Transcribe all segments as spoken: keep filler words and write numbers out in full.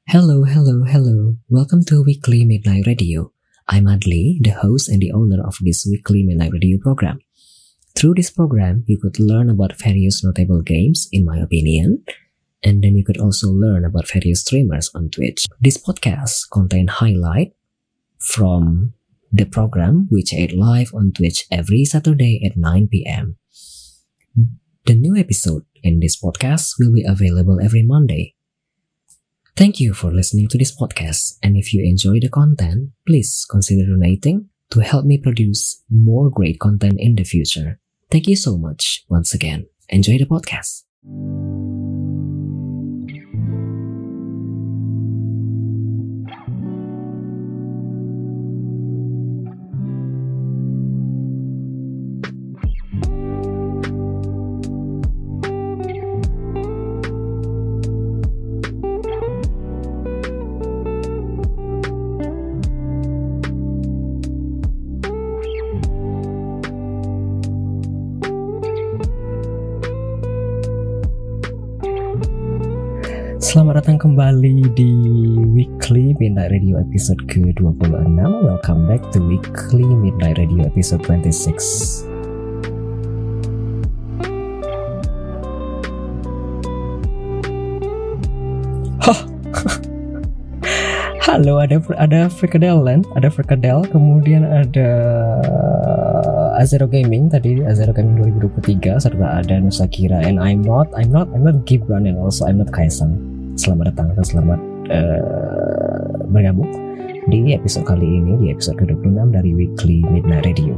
Hello, hello, hello. Welcome to Weekly Midnight Radio. I'm Adli, the host and the owner of this Weekly Midnight Radio program. Through this program, you could learn about various notable games, in my opinion, and then you could also learn about various streamers on Twitch. This podcast contain highlight from the program which aired live on Twitch every Saturday at nine p.m. The new episode in this podcast will be available every Monday. Thank you for listening to this podcast, and if you enjoy the content, please consider donating to help me produce more great content in the future. Thank you so much once again. Enjoy the podcast. Selamat datang kembali di Weekly Midnight Radio episode ke dua puluh enam. Welcome back to Weekly Midnight Radio episode twenty-six. Hah. Halo, ada ada Frikadel, ada Frikadel, kemudian ada Azero Gaming tadi, Azero Gaming dua ribu dua puluh tiga, serta ada Nusakira, and I'm not, I'm not, I'm not Gibran, and also I'm not Kaisang. Selamat datang dan selamat uh, bergabung di episode kali ini, di episode ke dua puluh enam dari Weekly Midnight Radio.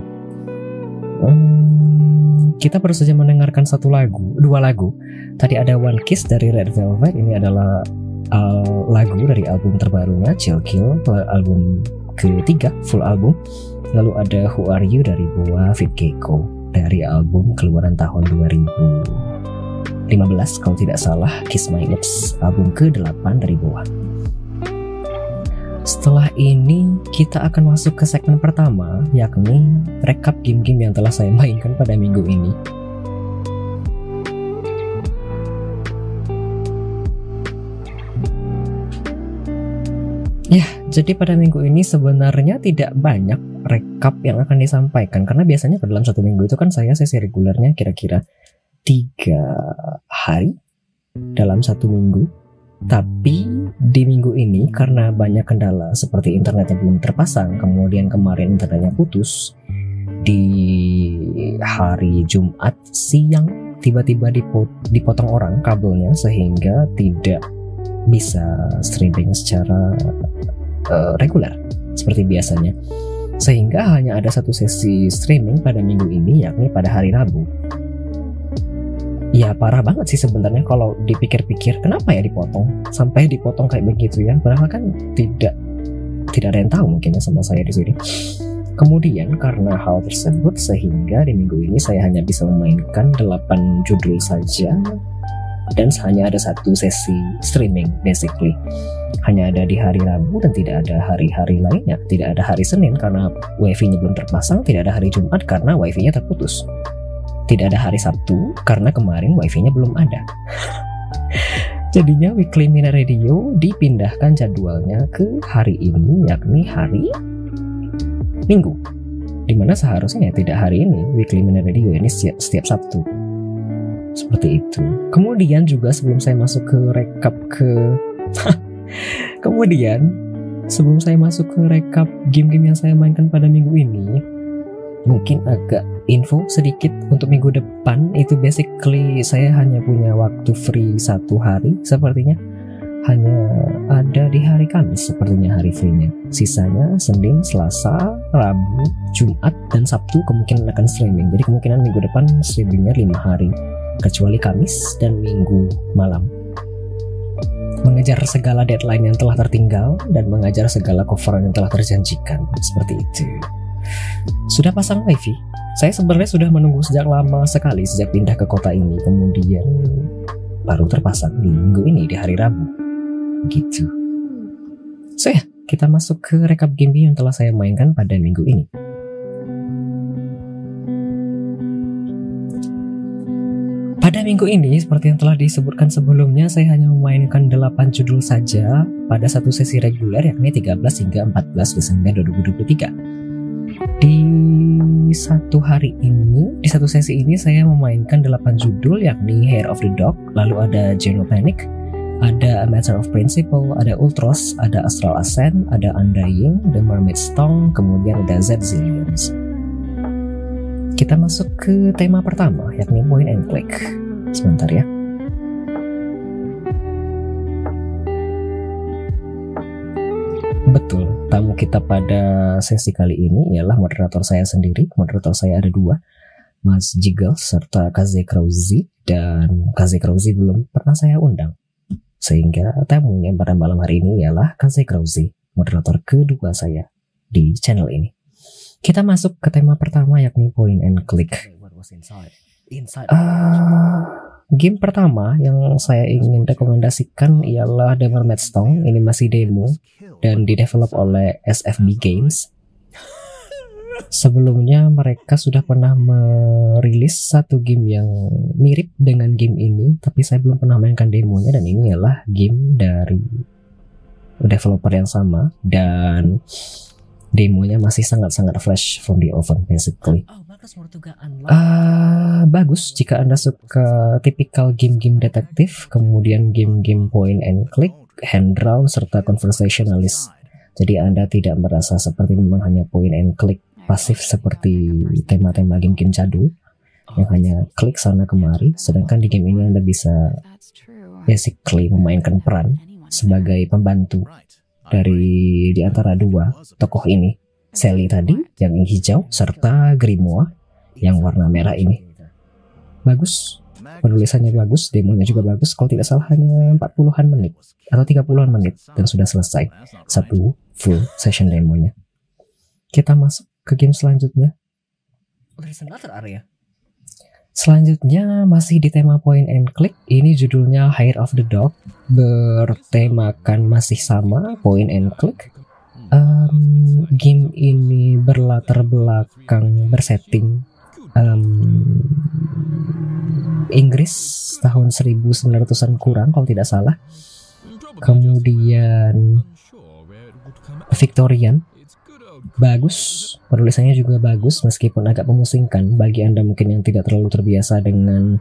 Hmm, kita baru saja mendengarkan satu lagu, dua lagu. Tadi ada One Kiss dari Red Velvet, ini adalah uh, lagu dari album terbarunya Chill Kill, album ketiga, full album. Lalu ada Who Are You dari Boa Fit Keiko dari album keluaran tahun dua ribu lima belas kalau tidak salah, Kiss My Lips, album ke delapan dari Boa. Setelah ini kita akan masuk ke segmen pertama, yakni rekap game-game yang telah saya mainkan pada minggu ini. Ya, jadi pada minggu ini sebenarnya tidak banyak rekap yang akan disampaikan, karena biasanya pada dalam satu minggu itu kan saya sesi regulernya kira-kira tiga hari dalam satu minggu. Tapi di minggu ini karena banyak kendala seperti internetnya belum terpasang, kemudian kemarin internetnya putus di hari Jumat siang, tiba-tiba dipotong orang kabelnya sehingga tidak bisa streaming secara uh, reguler seperti biasanya, sehingga hanya ada satu sesi streaming pada minggu ini, yakni pada hari Rabu. Ya parah banget sih sebenarnya kalau dipikir-pikir, kenapa ya dipotong sampai dipotong kayak begitu ya, padahal kan tidak tidak ada yang tahu mungkin ya sama saya di sini. Kemudian karena hal tersebut sehingga di minggu ini saya hanya bisa memainkan delapan judul saja, dan hanya ada satu sesi streaming basically. Hanya ada di hari Rabu dan tidak ada hari-hari lainnya. Tidak ada hari Senin karena wifi-nya belum terpasang, tidak ada hari Jumat karena wifi-nya terputus. Tidak ada hari Sabtu karena kemarin wifi-nya belum ada. Jadinya Weekly Midnight Radio dipindahkan jadwalnya ke hari ini, yakni hari Minggu, dimana seharusnya tidak hari ini Weekly Midnight Radio ini setiap, setiap Sabtu. Seperti itu. Kemudian juga sebelum saya masuk ke rekap ke Kemudian sebelum saya masuk ke rekap game-game yang saya mainkan pada minggu ini, mungkin agak info sedikit untuk minggu depan. Itu basically saya hanya punya waktu free satu hari sepertinya, hanya ada di hari Kamis sepertinya hari free-nya. Sisanya Senin, Selasa, Rabu, Jumat, dan Sabtu kemungkinan akan streaming. Jadi kemungkinan minggu depan streamingnya lima hari, kecuali Kamis dan Minggu malam. Mengejar segala deadline yang telah tertinggal dan mengejar segala coveran yang telah terjanjikan, seperti itu. Sudah pasang wifi. Saya sebenarnya sudah menunggu sejak lama sekali, sejak pindah ke kota ini. Kemudian baru terpasang di minggu ini, di hari Rabu gitu. So ya, kita masuk ke rekap game yang telah saya mainkan pada minggu ini. Pada minggu ini, seperti yang telah disebutkan sebelumnya, saya hanya memainkan delapan judul saja pada satu sesi reguler, yakni tiga belas hingga empat belas Desember dua ribu dua puluh tiga. Di satu hari ini, di satu sesi ini saya memainkan delapan judul, yakni Hair of the Dog, lalu ada Geno Panic, ada A Matter of Principle, ada Ultros, ada Astral Ascent, ada Undying, The Mermaid's Tongue, kemudian ada Z Zillions. Kita masuk ke tema pertama, yakni Point and Click. Sebentar ya. Betul, tamu kita pada sesi kali ini ialah moderator saya sendiri. Moderator saya ada dua, Mas Jiggle serta Kaze Krauzi. Dan Kaze Krauzi belum pernah saya undang, sehingga tamunya pada malam hari ini ialah Kaze Krauzi, moderator kedua saya di channel ini. Kita masuk ke tema pertama, yakni Point and Click. Uh, game pertama yang saya ingin rekomendasikan ialah The Mermaid's Tongue. Ini masih demo dan didevelop oleh S F B Games. Sebelumnya mereka sudah pernah merilis satu game yang mirip dengan game ini, tapi saya belum pernah mainkan demonya, dan ini adalah game dari developer yang sama dan demonya masih sangat-sangat fresh from the oven basically. Uh, bagus jika Anda suka tipikal game-game detektif, kemudian game-game point and click, hand drawn, serta conversationalist. Jadi Anda tidak merasa seperti memang hanya point and click pasif seperti tema-tema game-game jadul yang hanya klik sana kemari, sedangkan di game ini Anda bisa basically memainkan peran sebagai pembantu dari di antara dua tokoh ini, Sally tadi yang hijau serta Grimoire yang warna merah ini. Bagus, penulisannya bagus, demonya juga bagus. Kalau tidak salah hanya empat puluhan menit atau tiga puluhan menit dan sudah selesai satu full session demonya. Kita masuk ke game selanjutnya. Selanjutnya masih di tema point and click. Ini judulnya Hair of the Dog, bertemakan masih sama point and click. Um, game ini berlatar belakang bersetting um, Inggris tahun seribu sembilan ratusan kurang kalau tidak salah. Kemudian Victorian. Bagus, penulisannya juga bagus meskipun agak memusingkan bagi Anda mungkin yang tidak terlalu terbiasa dengan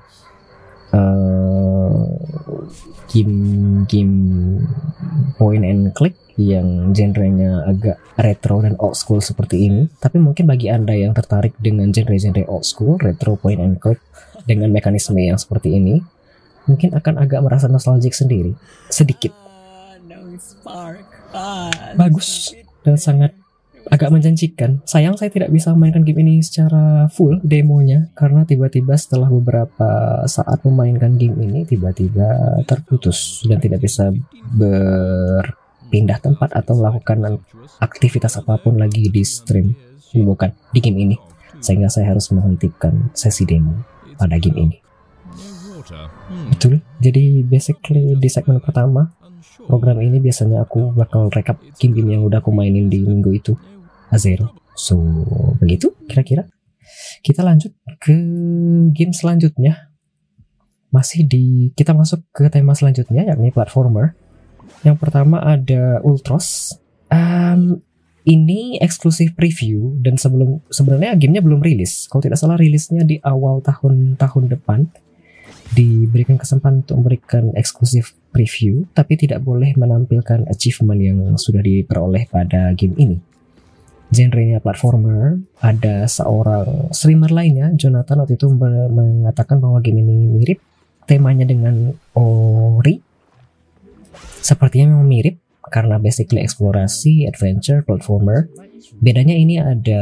uh, game-game point and click yang genrenya agak retro dan old school seperti ini. Tapi mungkin bagi Anda yang tertarik dengan genre-genre old school, retro, point and click dengan mekanisme yang seperti ini, mungkin akan agak merasa nostalgic sendiri, sedikit. Bagus dan sangat agak menjanjikan. Sayang saya tidak bisa memainkan game ini secara full demonya, karena tiba-tiba setelah beberapa saat memainkan game ini tiba-tiba terputus dan tidak bisa berpindah tempat atau melakukan aktivitas apapun lagi di stream, bukan di game ini, sehingga saya harus menghentikan sesi demo pada game ini. Betul, jadi basically di segmen pertama program ini biasanya aku bakal rekap game-game yang udah aku mainin di minggu itu Azero. So begitu kira-kira. Kita lanjut ke game selanjutnya. Masih di kita masuk ke tema selanjutnya, yakni platformer. Yang pertama ada Ultros. Um, ini eksklusif preview dan sebelum sebenarnya gamenya belum rilis. Kalau tidak salah rilisnya di awal tahun tahun depan. Diberikan kesempatan untuk memberikan eksklusif preview, tapi tidak boleh menampilkan achievement yang sudah diperoleh pada game ini. Genrenya platformer. Ada seorang streamer lainnya, Jonathan, waktu itu mengatakan bahwa game ini mirip temanya dengan Ori. Sepertinya memang mirip karena basically eksplorasi, adventure, platformer. Bedanya ini ada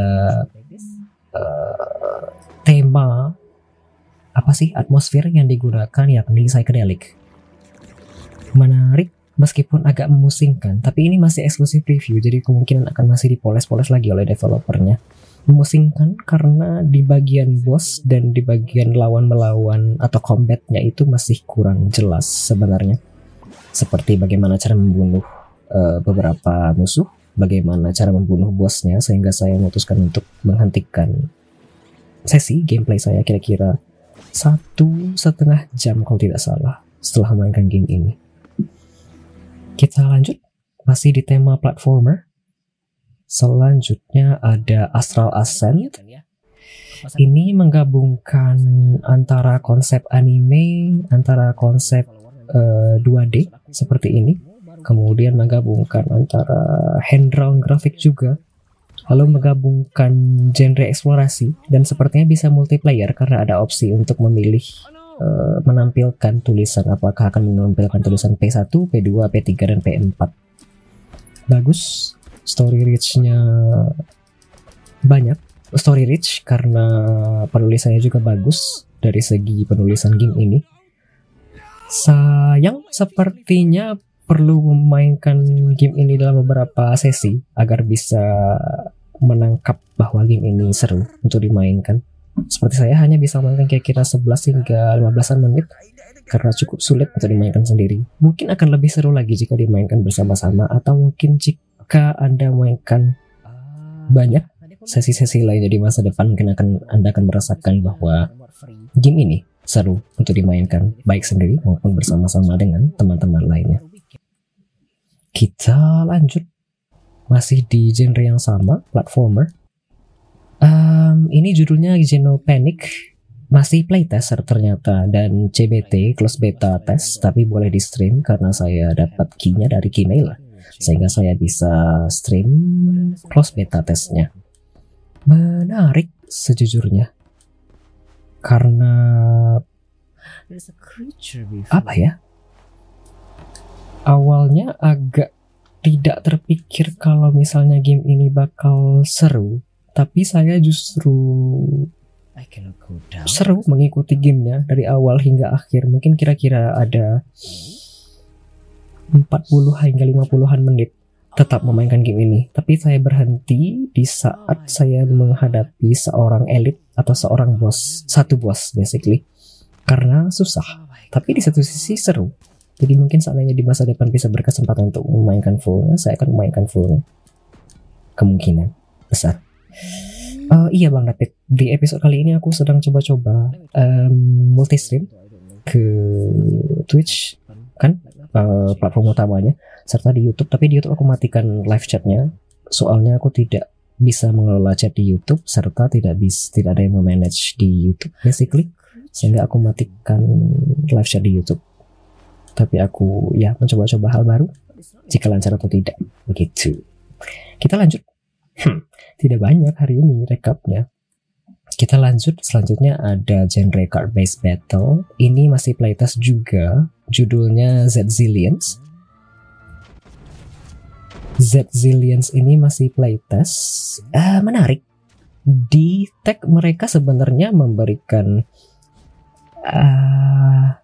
uh, tema apa sih atmosfer yang digunakan, yakni psychedelic. Menarik meskipun agak memusingkan, tapi ini masih eksklusif preview, jadi kemungkinan akan masih dipoles-poles lagi oleh developernya. Memusingkan karena di bagian boss dan di bagian lawan melawan atau combatnya itu masih kurang jelas sebenarnya. Seperti bagaimana cara membunuh uh, beberapa musuh, bagaimana cara membunuh bosnya, sehingga saya memutuskan untuk menghentikan sesi gameplay saya kira-kira satu setengah jam kalau tidak salah setelah memainkan game ini. Kita lanjut, masih di tema platformer. Selanjutnya ada Astral Ascent. Ini menggabungkan antara konsep anime, antara konsep uh, dua D seperti ini, kemudian menggabungkan antara hand drawn grafik juga, lalu menggabungkan genre eksplorasi, dan sepertinya bisa multiplayer karena ada opsi untuk memilih uh, menampilkan tulisan, apakah akan menampilkan tulisan P satu, P dua, P tiga, dan P empat. Bagus, story rich-nya banyak. Story rich karena penulisannya juga bagus dari segi penulisan game ini. Sayang sepertinya perlu memainkan game ini dalam beberapa sesi agar bisa menangkap bahwa game ini seru untuk dimainkan. Seperti saya hanya bisa memainkan kira-kira sebelas hingga lima belasan menit karena cukup sulit untuk dimainkan sendiri. Mungkin akan lebih seru lagi jika dimainkan bersama-sama, atau mungkin jika Anda mainkan banyak sesi-sesi lainnya di masa depan, mungkin akan Anda akan merasakan bahwa game ini seru untuk dimainkan baik sendiri maupun bersama-sama dengan teman-teman lainnya. Kita lanjut, masih di genre yang sama, platformer. Um, ini judulnya Geno Panic, masih playtester ternyata, dan C B T close beta test, tapi boleh di stream karena saya dapat key-nya dari Gmail, sehingga saya bisa stream close beta testnya. Menarik sejujurnya karena apa ya, awalnya agak tidak terpikir kalau misalnya game ini bakal seru, tapi saya justru seru mengikuti gamenya dari awal hingga akhir. Mungkin kira-kira ada empat puluh hingga lima puluhan menit tetap memainkan game ini, tapi saya berhenti di saat saya menghadapi seorang elit atau seorang bos, satu bos basically, karena susah, tapi di satu sisi seru. Jadi mungkin seandainya di masa depan bisa berkesempatan untuk memainkan fullnya, saya akan memainkan fullnya, kemungkinan besar. Uh, iya Bang David, di episode kali ini aku sedang coba-coba um, multi-stream ke Twitch, kan uh, platform utamanya, serta di YouTube. Tapi di YouTube aku matikan live chatnya, soalnya aku tidak bisa mengelola chat di YouTube, serta tidak bisa tidak ada yang memanage di YouTube basically, sehingga aku matikan live chat di YouTube. Tapi aku ya mencoba-coba hal baru, jika lancar atau tidak, begitu. Kita lanjut. Hmm, tidak banyak hari ini rekapnya. Kita lanjut, selanjutnya ada genre card based battle. Ini masih playtest juga, judulnya Z-Zillions. Z-Zillions ini masih playtest, uh, menarik. Di tag mereka sebenarnya memberikan uh,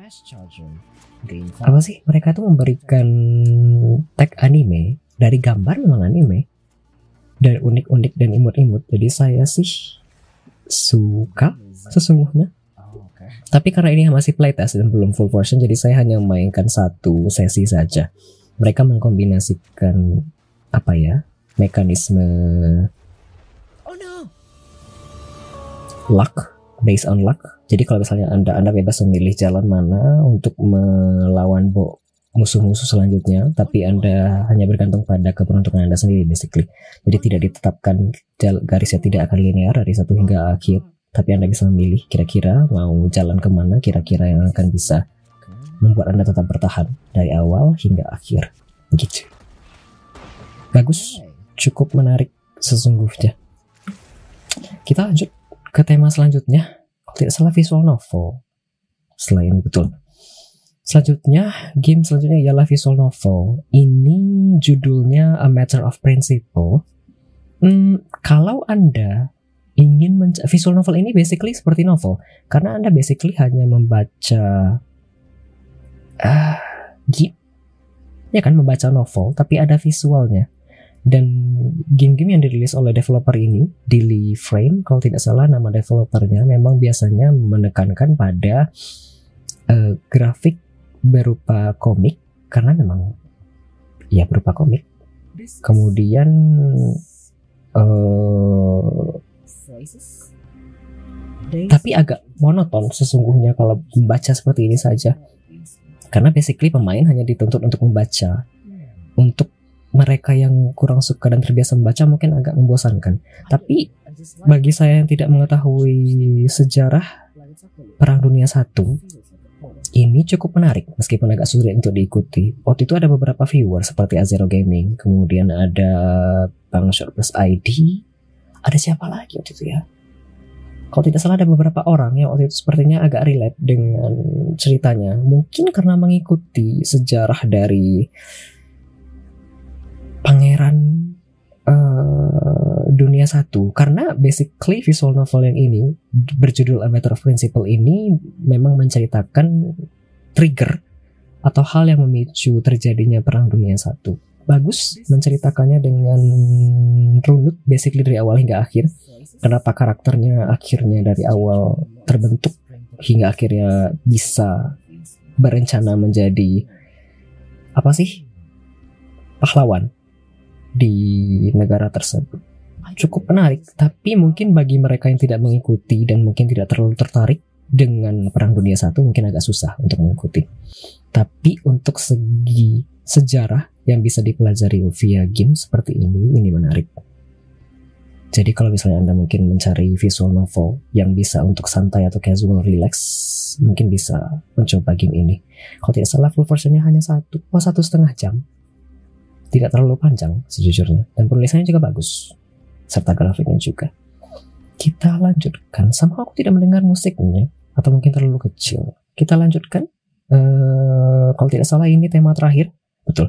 apa sih? Mereka tuh memberikan tag anime, dari gambar memang anime, dan unik-unik dan imut-imut. Jadi saya sih suka sesungguhnya. Tapi karena ini masih playtest dan belum full version, jadi saya hanya memainkan satu sesi saja. Mereka mengkombinasikan apa ya, mekanisme luck, based on luck. Jadi kalau misalnya anda anda bebas memilih jalan mana untuk melawan bo musuh-musuh selanjutnya, tapi anda hanya bergantung pada keberuntungan anda sendiri basically. Jadi tidak ditetapkan garisnya, tidak akan linear dari satu hingga akhir, tapi anda bisa memilih kira-kira mau jalan kemana, kira-kira yang akan bisa membuat anda tetap bertahan dari awal hingga akhir, begitu. Bagus, cukup menarik sesungguhnya. Kita lanjut ke tema selanjutnya. Kalau tidak salah visual novel. Setelah ini betul. Selanjutnya, game selanjutnya ialah visual novel. Ini judulnya A Matter of Principle. Hmm, kalau anda ingin menc- visual novel ini basically seperti novel, karena anda basically hanya membaca Ah, game, ya kan, membaca novel, tapi ada visualnya. Dan game-game yang dirilis oleh developer ini, Daily Frame, kalau tidak salah nama developernya, memang biasanya menekankan pada uh, grafik berupa komik, karena memang ya berupa komik. Kemudian uh, Tapi agak monoton sesungguhnya kalau membaca seperti ini saja. Karena basically pemain hanya dituntut untuk membaca. Untuk mereka yang kurang suka dan terbiasa membaca mungkin agak membosankan. Tapi bagi saya yang tidak mengetahui sejarah Perang Dunia Satu, ini cukup menarik meskipun agak sulit untuk diikuti. Waktu itu ada beberapa viewer seperti Azero Gaming, kemudian ada Bang Short Plus I D, ada siapa lagi waktu itu ya? Kalau tidak salah ada beberapa orang yang waktu itu sepertinya agak relate dengan ceritanya. Mungkin karena mengikuti sejarah dari Pangeran uh, Dunia Satu. Karena basically visual novel yang ini berjudul A Matter of Principle ini memang menceritakan trigger atau hal yang memicu terjadinya Perang Dunia Satu. Bagus menceritakannya dengan runut basically dari awal hingga akhir. Kenapa karakternya akhirnya dari awal terbentuk hingga akhirnya bisa berencana menjadi apa sih? Pahlawan di negara tersebut. Cukup menarik, tapi mungkin bagi mereka yang tidak mengikuti dan mungkin tidak terlalu tertarik dengan Perang Dunia Satu mungkin agak susah untuk mengikuti. Tapi untuk segi sejarah yang bisa dipelajari via game seperti ini, ini menarik. Jadi kalau misalnya Anda mungkin mencari visual novel yang bisa untuk santai atau casual relax, mungkin bisa mencoba game ini. Kalau tidak salah full versionnya hanya satu, oh, satu setengah jam. Tidak terlalu panjang sejujurnya, dan penulisannya juga bagus serta grafiknya juga. Kita lanjutkan. Somehow aku tidak mendengar musiknya atau mungkin terlalu kecil. Kita lanjutkan. Uh, kalau tidak salah ini tema terakhir, betul.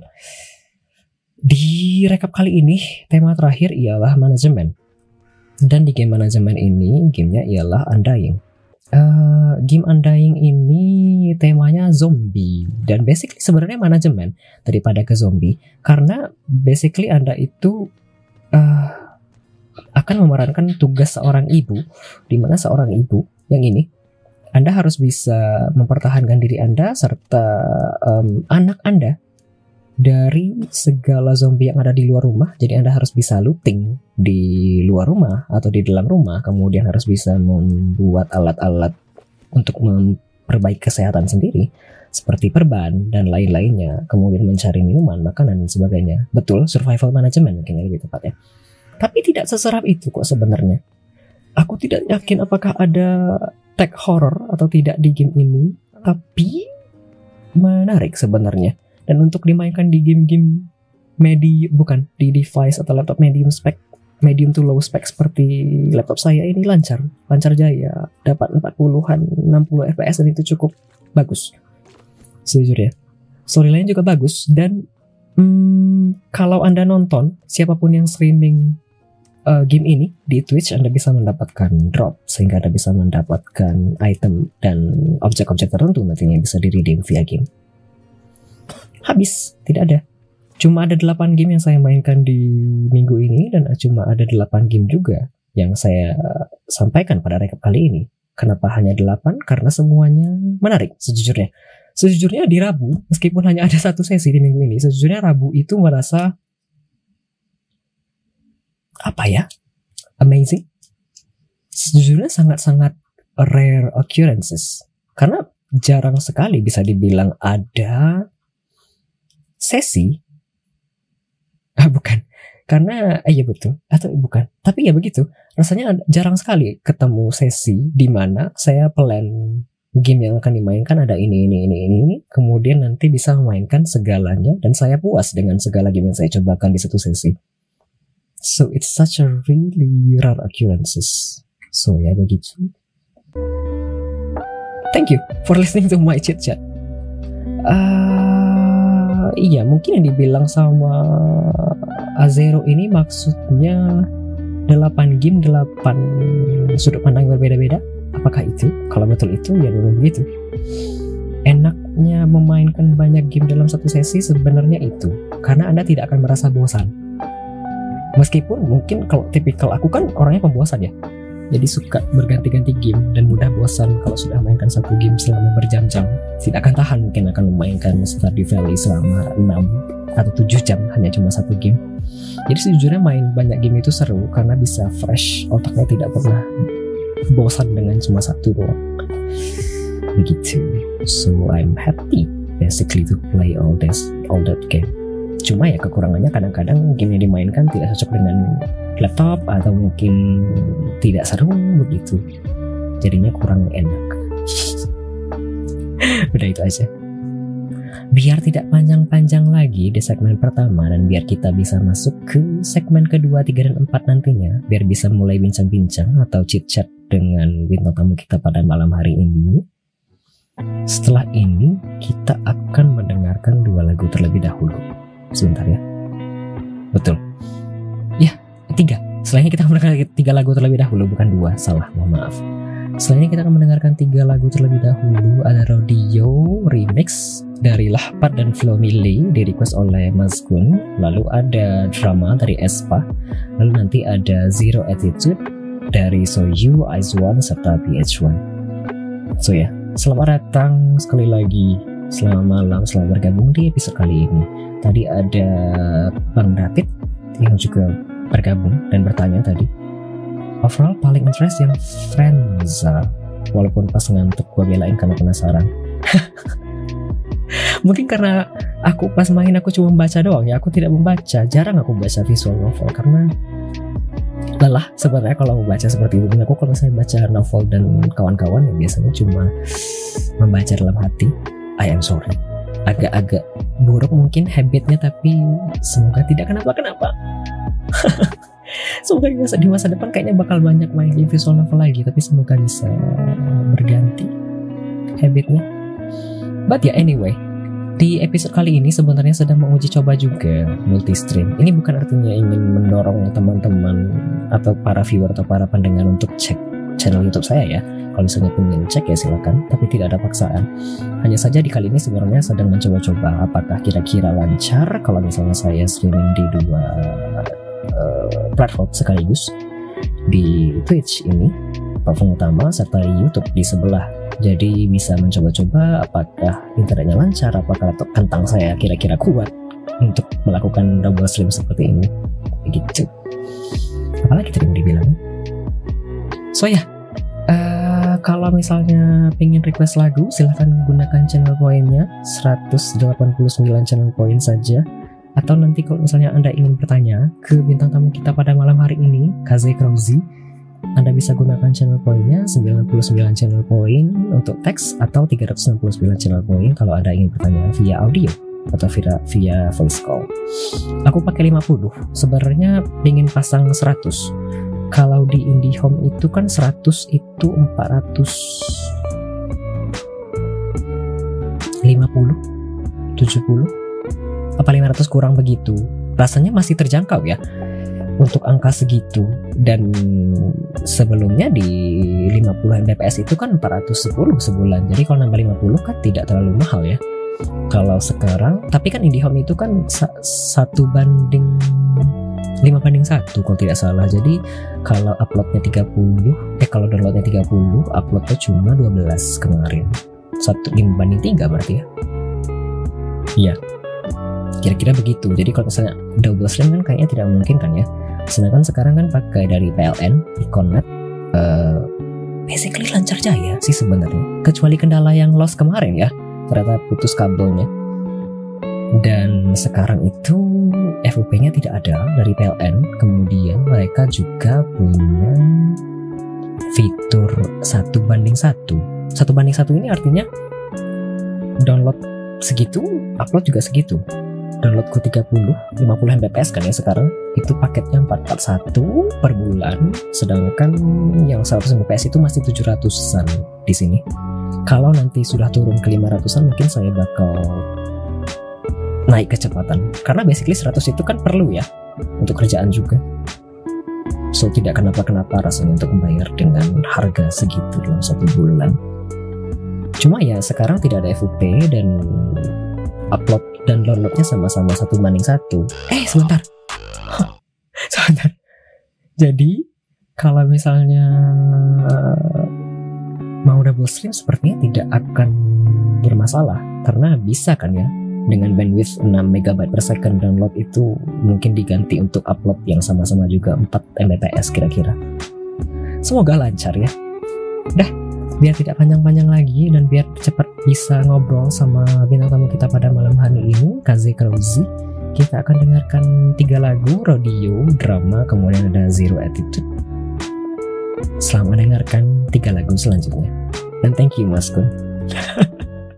Di rekap kali ini tema terakhir ialah manajemen, dan di game manajemen ini gamenya ialah Undying. Uh, game Undying ini temanya zombie dan basically sebenarnya manajemen daripada ke zombie, karena basically Anda itu uh, akan memerankan tugas seorang ibu, di mana seorang ibu yang ini Anda harus bisa mempertahankan diri Anda serta um, anak Anda dari segala zombie yang ada di luar rumah. Jadi Anda harus bisa looting di luar rumah atau di dalam rumah, kemudian harus bisa membuat alat-alat untuk memperbaiki kesehatan sendiri seperti perban dan lain-lainnya, kemudian mencari minuman, makanan dan sebagainya. Betul, survival management mungkin lebih tepatnya. Tapi tidak seserap itu kok sebenarnya. Aku tidak yakin apakah ada tech horror atau tidak di game ini, tapi menarik sebenarnya. Dan untuk dimainkan di game-game medi bukan di device atau laptop medium spec, medium to low spec seperti laptop saya ini lancar, lancar jaya, dapat empat puluhan, enam puluh F P S dan itu cukup bagus. Sejujurnya, storyline juga bagus dan hmm, kalau Anda nonton siapapun yang streaming uh, game ini di Twitch, Anda bisa mendapatkan drop sehingga Anda bisa mendapatkan item dan objek-objek tertentu nantinya bisa di-redeem via game. Habis, tidak ada. Cuma ada delapan game yang saya mainkan di minggu ini dan cuma ada delapan game juga yang saya sampaikan pada rekap kali ini. Kenapa hanya delapan? Karena semuanya menarik sejujurnya. Sejujurnya di Rabu, meskipun hanya ada satu sesi di minggu ini, sejujurnya Rabu itu merasa apa ya? Amazing. Sejujurnya sangat-sangat rare occurrences. Karena jarang sekali bisa dibilang ada sesi, ah bukan, karena eh, iya betul atau bukan, tapi ya begitu. Rasanya jarang sekali ketemu sesi di mana saya plan game yang akan dimainkan ada ini ini ini ini ini, kemudian nanti bisa memainkan segalanya dan saya puas dengan segala game yang saya cobakan di satu sesi. So it's such a really rare occurrences. So ya begitu. Thank you for listening to my chit chat. Uh, iya, mungkin yang dibilang sama Azero ini maksudnya delapan game, delapan sudut pandang berbeda-beda. Apakah itu? Kalau betul itu ya dulu gitu. Enaknya memainkan banyak game dalam satu sesi sebenarnya itu karena Anda tidak akan merasa bosan. Meskipun mungkin kalau tipikal aku kan orangnya pembosan ya, jadi suka berganti-ganti game dan mudah bosan kalau sudah mainkan satu game selama berjam-jam. Tidak akan tahan mungkin akan memainkan Stardew Valley selama enam atau tujuh jam hanya cuma satu game. Jadi sejujurnya main banyak game itu seru karena bisa fresh, otaknya tidak pernah bosan dengan cuma satu doang. Begitu. So I'm happy basically to play all this all that game. Cuma ya kekurangannya kadang-kadang game yang dimainkan tidak cocok dengan laptop atau mungkin tidak seru begitu. Jadinya kurang enak. Udah itu aja. Biar tidak panjang-panjang lagi di segmen pertama dan biar kita bisa masuk ke segmen kedua, tiga, dan empat nantinya, biar bisa mulai bincang-bincang atau chit-chat dengan bintang tamu kita pada malam hari ini. Setelah ini kita akan mendengarkan dua lagu terlebih dahulu. Sebentar ya. Betul. Ya, tiga. Setelahnya kita akan mendengarkan tiga lagu terlebih dahulu, bukan dua. Salah, mohon maaf. Selanjutnya kita akan mendengarkan tiga lagu terlebih dahulu. Ada Rodeo Remix dari Lahpat dan Flo Milli, di request oleh Mas Gun. Lalu ada Drama dari Aespa. Lalu nanti ada Zero Attitude dari Soyu, Aizwan, serta B H one. So ya, yeah, selamat datang sekali lagi. Selamat malam, selamat bergabung di episode kali ini. Tadi ada Bang David yang juga bergabung dan bertanya tadi, overall paling interest yang Friendza, walaupun pas ngantuk gue belain karena penasaran. Mungkin karena aku pas main aku cuma membaca doang ya, aku tidak membaca, jarang aku baca visual novel karena lelah sebenarnya kalau membaca seperti itu. Aku kalau saya baca novel dan kawan-kawan ya biasanya cuma membaca dalam hati. I am sorry, agak-agak buruk mungkin habitnya, tapi semoga tidak kenapa-kenapa. Semoga di masa, di masa depan kayaknya bakal banyak main game visual novel lagi, tapi semoga bisa berganti habitnya. But ya yeah, anyway, di episode kali ini sebenarnya sedang menguji coba juga multi-stream. Ini bukan artinya ingin mendorong teman-teman atau para viewer atau para pendengar untuk cek channel YouTube saya ya. Kalau misalnya ingin cek ya silakan, tapi tidak ada paksaan. Hanya saja di kali ini sebenarnya sedang mencoba-coba apakah kira-kira lancar kalau misalnya saya streaming di dua uh, platform sekaligus, di Twitch ini platform utama serta YouTube di sebelah. Jadi bisa mencoba-coba apakah internetnya lancar, apakah laptop kentang saya kira-kira kuat untuk melakukan double stream seperti ini. Begitu. Apalagi tadi yang dibilang. So ya, uh, kalau misalnya pengen request lagu, silahkan gunakan channel poinnya seratus delapan puluh sembilan channel point saja. Atau nanti kalau misalnya Anda ingin bertanya ke bintang tamu kita pada malam hari ini, Kaze Krauzi, Anda bisa gunakan channel poinnya sembilan puluh sembilan channel point untuk teks atau tiga ratus enam puluh sembilan channel point kalau Anda ingin bertanya via audio atau via, via voice call. Aku pakai lima puluh, sebenarnya ingin pasang seratus. Kalau di IndiHome itu kan seratus itu empat ratus lima puluh, tujuh puluh, apa lima ratus kurang begitu. Rasanya masih terjangkau ya untuk angka segitu. Dan sebelumnya di lima puluh M B P S itu kan empat ratus sepuluh sebulan. Jadi kalau nambah lima puluh kan tidak terlalu mahal ya. Kalau sekarang, tapi kan IndiHome itu kan sa- satu banding lima banding satu kalau tidak salah. Jadi kalau uploadnya tiga puluh, eh kalau downloadnya tiga puluh, uploadnya cuma dua belas kemarin. Satu lima banding tiga berarti ya. Iya. Kira-kira begitu. Jadi kalau misalnya double stream kan kayaknya tidak mungkin kan ya. Sedangkan sekarang kan pakai dari P L N, Iconnet, uh, basically lancar jaya sih sebenarnya. Kecuali kendala yang lost kemarin ya, ternyata putus kabelnya. Dan sekarang itu F U P-nya tidak ada dari P L N. Kemudian mereka juga punya fitur satu banding satu. Satu banding satu ini artinya download segitu, upload juga segitu. Downloadku tiga puluh, lima puluh M B P S kan ya sekarang. Itu paketnya empat ratus empat puluh satu per bulan. Sedangkan yang seratus M B P S itu masih tujuh ratusan di sini. Kalau nanti sudah turun ke lima ratusan mungkin saya bakal naik kecepatan. Karena basically seratus itu kan perlu ya untuk kerjaan juga. So tidak kenapa-kenapa rasanya untuk membayar dengan harga segitu dalam satu bulan. Cuma ya sekarang tidak ada F U P dan upload dan downloadnya sama-sama satu banding satu. Eh sebentar, sebentar. Jadi kalau misalnya mau double stream sepertinya tidak akan bermasalah karena bisa kan ya dengan bandwidth enam megabyte per second download itu mungkin diganti untuk upload yang sama-sama juga empat M B P S kira-kira. Semoga lancar ya. Dah, biar tidak panjang-panjang lagi dan biar cepat bisa ngobrol sama bintang tamu kita pada malam hari ini, Kaze Krauzi, kita akan dengarkan tiga lagu, Rodeo, Drama, kemudian ada Zero Attitude. Selamat mendengarkan tiga lagu selanjutnya. Dan thank you Mas Kun.